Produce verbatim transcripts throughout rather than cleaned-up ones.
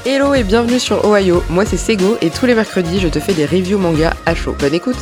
Hello et bienvenue sur Ohio, moi c'est Sego et tous les mercredis je te fais des reviews manga à chaud. Bonne écoute.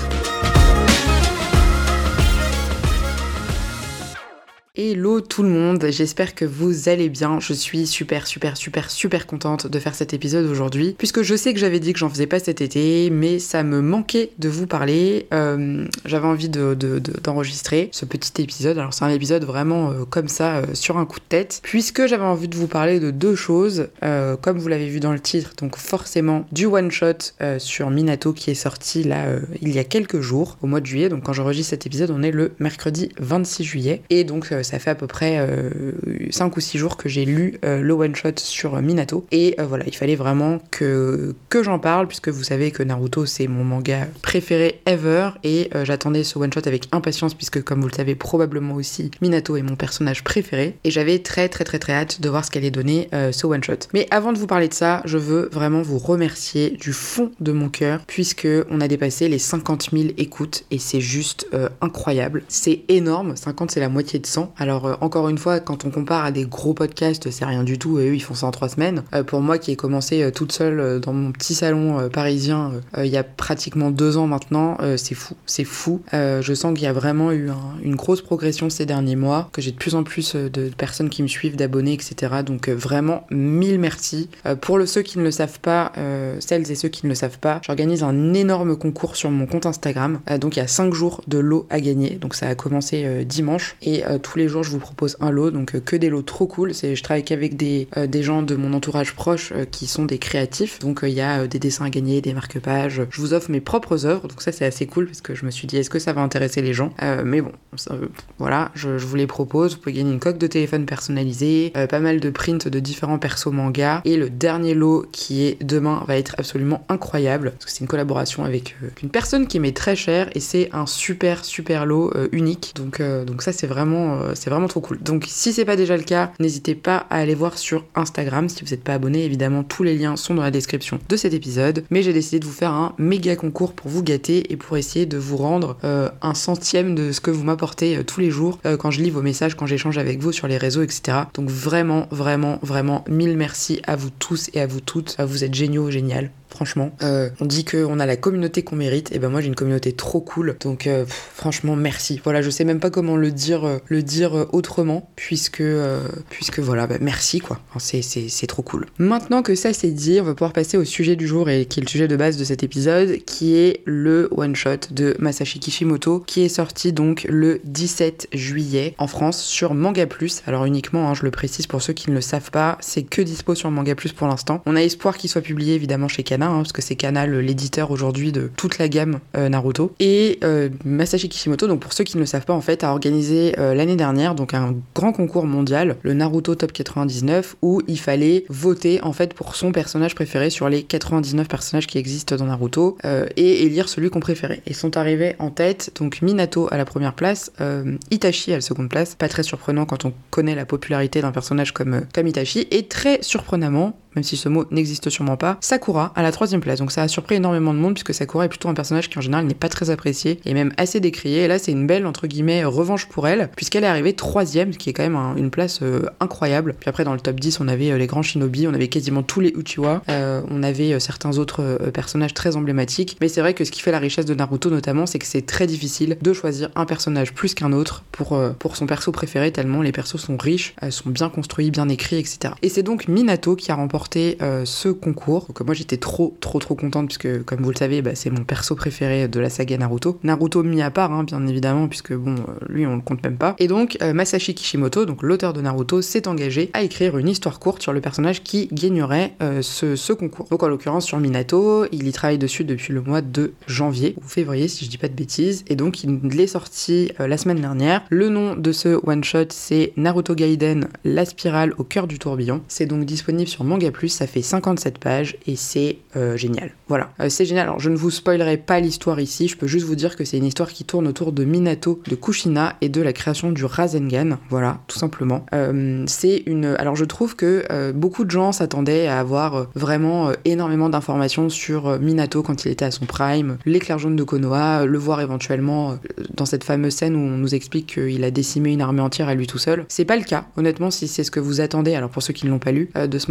Hello tout le monde, j'espère que vous allez bien, je suis super super super super contente de faire cet épisode aujourd'hui, puisque je sais que j'avais dit que j'en faisais pas cet été, mais ça me manquait de vous parler, euh, j'avais envie de, de, de, d'enregistrer ce petit épisode, alors c'est un épisode vraiment euh, comme ça, euh, sur un coup de tête, puisque j'avais envie de vous parler de deux choses, euh, comme vous l'avez vu dans le titre, donc forcément du one-shot euh, sur Minato qui est sorti là euh, il y a quelques jours, au mois de juillet, donc quand j'enregistre cet épisode on est le mercredi vingt-six juillet, et donc euh, ça fait à peu près euh, cinq ou six jours que j'ai lu euh, le one-shot sur Minato. Et euh, voilà, il fallait vraiment que, que j'en parle, puisque vous savez que Naruto, c'est mon manga préféré ever. Et euh, j'attendais ce one-shot avec impatience, puisque comme vous le savez probablement aussi, Minato est mon personnage préféré. Et j'avais très très très très hâte de voir ce qu'allait donner euh, ce one-shot. Mais avant de vous parler de ça, je veux vraiment vous remercier du fond de mon cœur, puisque on a dépassé les cinquante mille écoutes. Et c'est juste euh, incroyable. C'est énorme. cinquante, c'est la moitié de cent. Alors euh, encore une fois, quand on compare à des gros podcasts, c'est rien du tout, et eux ils font ça en trois semaines. Euh, pour moi qui ai commencé euh, toute seule euh, dans mon petit salon euh, parisien euh, il y a pratiquement deux ans maintenant, euh, c'est fou, c'est fou. Euh, je sens qu'il y a vraiment eu un, une grosse progression ces derniers mois, que j'ai de plus en plus euh, de personnes qui me suivent, d'abonnés, et cetera. Donc euh, vraiment, mille merci. Euh, pour le, ceux qui ne le savent pas, euh, celles et ceux qui ne le savent pas, j'organise un énorme concours sur mon compte Instagram. Euh, donc il y a cinq jours de lots à gagner, donc ça a commencé euh, dimanche, et euh, tous les jours je vous propose un lot, donc euh, que des lots trop cool. C'est, je travaille qu'avec des, euh, des gens de mon entourage proche euh, qui sont des créatifs, donc il euh, y a euh, des dessins à gagner, des marque-pages. Je vous offre mes propres œuvres, donc ça c'est assez cool parce que je me suis dit est-ce que ça va intéresser les gens, euh, mais bon, ça, euh, voilà, je, je vous les propose. Vous pouvez gagner une coque de téléphone personnalisée, euh, pas mal de prints de différents persos manga, et le dernier lot qui est demain va être absolument incroyable parce que c'est une collaboration avec euh, une personne qui m'est très chère et c'est un super super lot euh, unique, donc, euh, donc ça c'est vraiment, euh, c'est vraiment trop cool. Donc si c'est pas déjà le cas, n'hésitez pas à aller voir sur Instagram. Si vous n'êtes pas abonné, évidemment tous les liens sont dans la description de cet épisode, mais j'ai décidé de vous faire un méga concours pour vous gâter et pour essayer de vous rendre euh, un centième de ce que vous m'apportez euh, tous les jours euh, quand je lis vos messages, quand j'échange avec vous sur les réseaux, etc. Donc vraiment vraiment vraiment mille merci à vous tous et à vous toutes, vous êtes géniaux, génial. Franchement, euh, on dit qu'on a la communauté qu'on mérite, et ben moi j'ai une communauté trop cool, donc euh, pff, franchement merci. Voilà, je sais même pas comment le dire, euh, le dire euh, autrement, puisque, euh, puisque voilà, bah, merci quoi. Enfin, c'est, c'est, c'est trop cool. Maintenant que ça c'est dit, on va pouvoir passer au sujet du jour, et qui est le sujet de base de cet épisode, qui est le one shot de Masashi Kishimoto, qui est sorti donc le dix-sept juillet en France sur Manga Plus. Alors uniquement, hein, je le précise pour ceux qui ne le savent pas, c'est que dispo sur Manga Plus pour l'instant. On a espoir qu'il soit publié évidemment chez Kana, Hein, parce que c'est Kana l'éditeur aujourd'hui de toute la gamme euh, Naruto. Et euh, Masashi Kishimoto, donc pour ceux qui ne le savent pas en fait, a organisé euh, l'année dernière donc un grand concours mondial, le Naruto Top quatre-vingt-dix-neuf, où il fallait voter en fait pour son personnage préféré sur les quatre-vingt-dix-neuf personnages qui existent dans Naruto, euh, et élire celui qu'on préférait. Et sont arrivés en tête donc Minato à la première place, euh, Itachi à la seconde place, pas très surprenant quand on connaît la popularité d'un personnage comme, euh, comme Itachi, et très surprenamment, même si ce mot n'existe sûrement pas, Sakura à la troisième place. Donc ça a surpris énormément de monde, puisque Sakura est plutôt un personnage qui en général n'est pas très apprécié et même assez décrié. Et là c'est une belle entre guillemets revanche pour elle, puisqu'elle est arrivée troisième, ce qui est quand même un, une place euh, incroyable. Puis après dans le top dix on avait euh, les grands shinobi, on avait quasiment tous les Uchiwa, euh, on avait euh, certains autres euh, personnages très emblématiques. Mais c'est vrai que ce qui fait la richesse de Naruto notamment, c'est que c'est très difficile de choisir un personnage plus qu'un autre pour, euh, pour son perso préféré, tellement les persos sont riches, euh, sont bien construits, bien écrits, et cetera. Et c'est donc Minato qui a remporté Euh, ce concours. Donc moi j'étais trop trop trop contente, puisque comme vous le savez bah, c'est mon perso préféré de la saga Naruto. Naruto mis à part hein, bien évidemment, puisque bon euh, lui on le compte même pas. Et donc euh, Masashi Kishimoto, donc l'auteur de Naruto, s'est engagé à écrire une histoire courte sur le personnage qui gagnerait euh, ce, ce concours. Donc en l'occurrence sur Minato, il y travaille dessus depuis le mois de janvier ou février si je dis pas de bêtises, et donc il l'est sorti euh, la semaine dernière. Le nom de ce one shot c'est Naruto Gaiden, la spirale au cœur du tourbillon. C'est donc disponible sur Manga Plus, ça fait cinquante-sept pages et c'est euh, génial. Voilà, euh, c'est génial. Alors je ne vous spoilerai pas l'histoire ici, je peux juste vous dire que c'est une histoire qui tourne autour de Minato, de Kushina et de la création du Rasengan. Voilà, tout simplement. Euh, c'est une... Alors je trouve que euh, beaucoup de gens s'attendaient à avoir euh, vraiment euh, énormément d'informations sur euh, Minato quand il était à son prime, l'éclair jaune de Konoha, euh, le voir éventuellement euh, dans cette fameuse scène où on nous explique qu'il a décimé une armée entière à lui tout seul. C'est pas le cas, honnêtement, si c'est ce que vous attendez, alors pour ceux qui ne l'ont pas lu, euh, de ce manga, c'est pas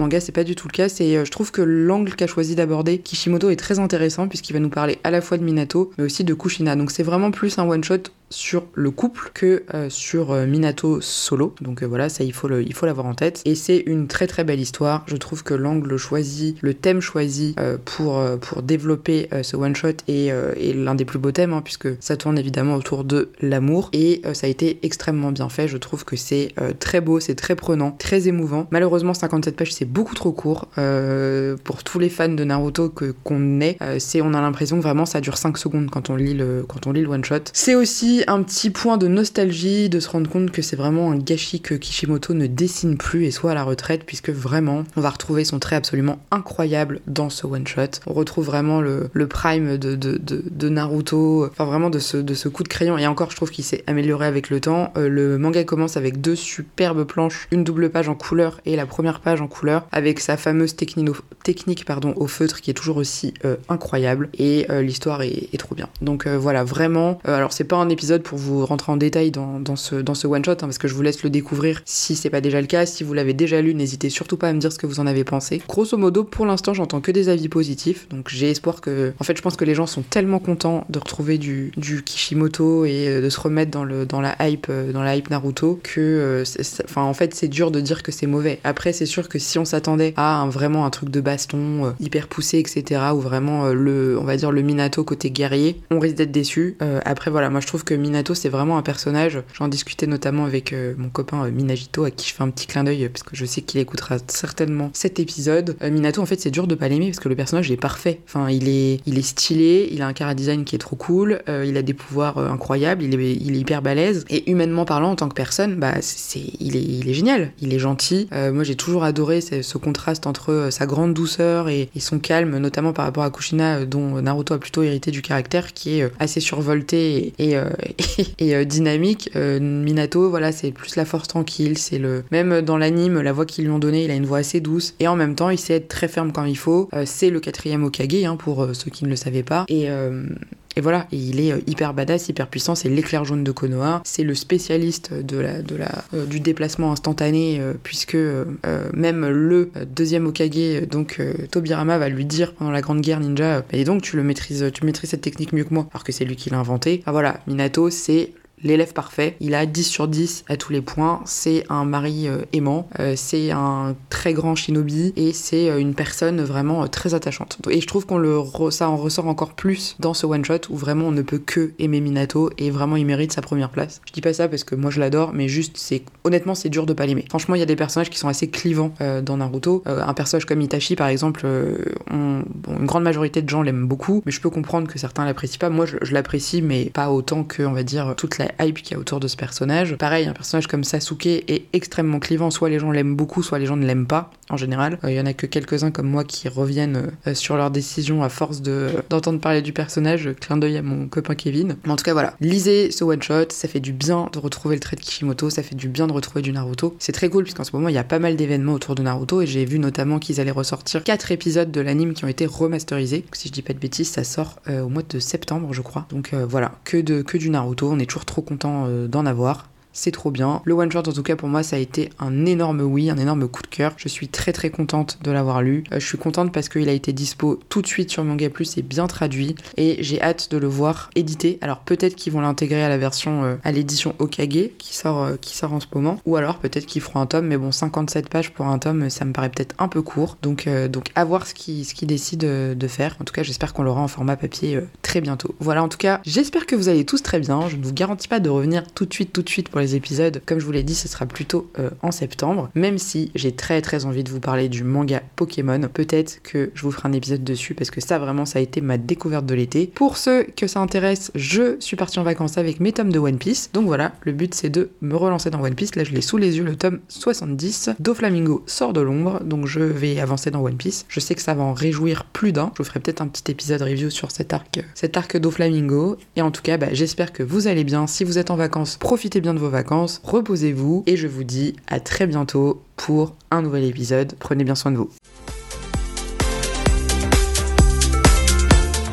du tout le cas. C'est, je trouve que l'angle qu'a choisi d'aborder Kishimoto est très intéressant puisqu'il va nous parler à la fois de Minato mais aussi de Kushina. Donc c'est vraiment plus un one shot sur le couple que euh, sur euh, Minato solo. Donc euh, voilà, ça il faut, le, il faut l'avoir en tête. Et c'est une très très belle histoire. Je trouve que l'angle choisi, le thème choisi euh, pour, euh, pour développer euh, ce one shot est, euh, est l'un des plus beaux thèmes hein, puisque ça tourne évidemment autour de l'amour et euh, ça a été extrêmement bien fait. Je trouve que c'est euh, très beau, c'est très prenant, très émouvant. Malheureusement cinquante-sept pages c'est beaucoup trop court euh, pour tous les fans de Naruto que, qu'on est. Euh, c'est, on a l'impression que vraiment ça dure cinq secondes quand on lit le, quand on lit le one shot. C'est aussi un petit point de nostalgie de se rendre compte que c'est vraiment un gâchis que Kishimoto ne dessine plus et soit à la retraite puisque vraiment on va retrouver son trait absolument incroyable dans ce one shot. On retrouve vraiment le, le prime de, de, de, de Naruto, enfin vraiment de ce, de ce coup de crayon et encore je trouve qu'il s'est amélioré avec le temps. Euh, le manga commence avec deux superbes planches, une double page en couleur et la première page en couleur avec sa fameuse technino, technique pardon, au feutre qui est toujours aussi euh, incroyable et euh, l'histoire est, est trop bien. Donc euh, voilà vraiment, euh, alors c'est pas un épisode pour vous rentrer en détail dans, dans ce, dans ce one shot hein, parce que je vous laisse le découvrir si c'est pas déjà le cas. Si vous l'avez déjà lu, n'hésitez surtout pas à me dire ce que vous en avez pensé. Grosso modo, pour l'instant j'entends que des avis positifs, donc j'ai espoir que, en fait je pense que les gens sont tellement contents de retrouver du, du Kishimoto et euh, de se remettre dans, le, dans la hype euh, dans la hype Naruto que euh, enfin en fait c'est dur de dire que c'est mauvais. Après c'est sûr que si on s'attendait à un, vraiment un truc de baston euh, hyper poussé etc ou vraiment euh, le on va dire le Minato côté guerrier, on risque d'être déçu. Euh, après voilà, moi je trouve que Minato c'est vraiment un personnage, j'en discutais notamment avec euh, mon copain euh, Minagito à qui je fais un petit clin d'œil euh, parce que je sais qu'il écoutera certainement cet épisode. euh, Minato en fait c'est dur de pas l'aimer parce que le personnage est parfait, enfin il est, il est stylé, il a un chara-design qui est trop cool, euh, il a des pouvoirs euh, incroyables, il est, il est hyper balèze et humainement parlant en tant que personne bah c'est, il, est, il est génial, il est gentil. Euh, moi j'ai toujours adoré ce, ce contraste entre euh, sa grande douceur et, et son calme, notamment par rapport à Kushina euh, dont Naruto a plutôt hérité du caractère qui est euh, assez survolté et, et, euh, et, et euh, dynamique. euh, Minato voilà c'est plus la force tranquille, c'est le même dans l'anime la voix qu'ils lui ont donnée, il a une voix assez douce et en même temps il sait être très ferme quand il faut. Euh, c'est le quatrième Hokage hein, pour euh, ceux qui ne le savaient pas et euh, Et voilà, et il est hyper badass, hyper puissant, c'est l'éclair jaune de Konoha, c'est le spécialiste de la, de la, euh, du déplacement instantané, euh, puisque euh, même le deuxième Hokage, donc euh, Tobirama, va lui dire pendant la Grande Guerre Ninja, et donc tu le maîtrises, tu maîtrises cette technique mieux que moi, alors que c'est lui qui l'a inventé. Enfin voilà, Minato, c'est l'élève parfait, il a dix sur dix à tous les points, c'est un mari euh, aimant, euh, c'est un très grand shinobi et c'est euh, une personne vraiment euh, très attachante. Et je trouve qu'on le re- ça en ressort encore plus dans ce one shot où vraiment on ne peut que aimer Minato et vraiment il mérite sa première place. Je dis pas ça parce que moi je l'adore, mais juste c'est honnêtement c'est dur de pas l'aimer. Franchement il y a des personnages qui sont assez clivants euh, dans Naruto. Euh, un personnage comme Itachi par exemple, euh, on, bon, une grande majorité de gens l'aiment beaucoup, mais je peux comprendre que certains l'apprécient pas. Moi je, je l'apprécie mais pas autant que on va dire toute la hype qu'il y a autour de ce personnage. Pareil, un personnage comme Sasuke est extrêmement clivant, soit les gens l'aiment beaucoup, soit les gens ne l'aiment pas, en général. Il euh, y en a que quelques-uns comme moi qui reviennent euh, sur leurs décisions à force de, euh, d'entendre parler du personnage. Clin d'œil à mon copain Kevin. Mais en tout cas, voilà. Lisez ce one-shot, ça fait du bien de retrouver le trait de Kishimoto, ça fait du bien de retrouver du Naruto. C'est très cool, puisqu'en ce moment, il y a pas mal d'événements autour de Naruto, et j'ai vu notamment qu'ils allaient ressortir quatre épisodes de l'anime qui ont été remasterisés. Donc, si je dis pas de bêtises, ça sort euh, au mois de septembre, je crois. Donc euh, voilà, que, de, que du Naruto, on est toujours trop content d'en avoir. C'est trop bien. Le one shot en tout cas pour moi ça a été un énorme oui, un énorme coup de cœur. Je suis très très contente de l'avoir lu. Euh, je suis contente parce qu'il a été dispo tout de suite sur Manga Plus et bien traduit et j'ai hâte de le voir édité. Alors peut-être qu'ils vont l'intégrer à la version euh, à l'édition Hokage qui sort euh, qui sort en ce moment ou alors peut-être qu'ils feront un tome mais bon cinquante-sept pages pour un tome ça me paraît peut-être un peu court. Donc euh, donc à voir ce qu'ils ce qu'ils décident de, de faire. En tout cas j'espère qu'on l'aura en format papier euh, très bientôt. Voilà en tout cas j'espère que vous allez tous très bien. Je ne vous garantis pas de revenir tout de suite tout de suite pour les épisodes, comme je vous l'ai dit ce sera plutôt euh, en septembre, même si j'ai très très envie de vous parler du manga Pokémon. Peut-être que je vous ferai un épisode dessus parce que ça vraiment ça a été ma découverte de l'été. Pour ceux que ça intéresse, je suis partie en vacances avec mes tomes de One Piece, donc voilà, le but c'est de me relancer dans One Piece. Là je l'ai sous les yeux, le tome soixante-dix. Doflamingo sort de l'ombre, donc je vais avancer dans One Piece. Je sais que ça va en réjouir plus d'un. Je vous ferai peut-être un petit épisode review sur cet arc, cet arc Doflamingo. Et en tout cas, bah, j'espère que vous allez bien. Si vous êtes en vacances, profitez bien de vos vacances. Reposez-vous et je vous dis à très bientôt pour un nouvel épisode. Prenez bien soin de vous.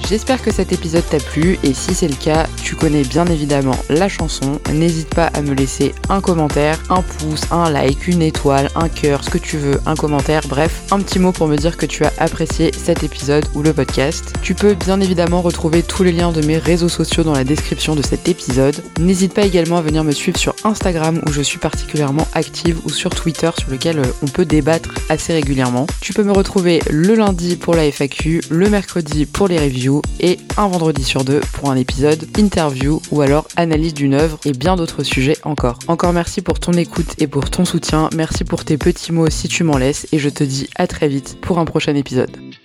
J'espère que cet épisode t'a plu et si c'est le cas, tu connais bien évidemment la chanson. N'hésite pas à me laisser un commentaire, un pouce, un like, une étoile, un cœur, ce que tu veux, un commentaire, bref, un petit mot pour me dire que tu as apprécié cet épisode ou le podcast. Tu peux bien évidemment retrouver tous les liens de mes réseaux sociaux dans la description de cet épisode. N'hésite pas également à venir me suivre sur Instagram où je suis particulièrement active ou sur Twitter sur lequel on peut débattre assez régulièrement. Tu peux me retrouver le lundi pour la F A Q, le mercredi pour les reviews et un vendredi sur deux pour un épisode interview ou alors analyse d'une œuvre et bien d'autres sujets encore. Encore merci pour ton écoute et pour ton soutien, merci pour tes petits mots si tu m'en laisses et je te dis à très vite pour un prochain épisode.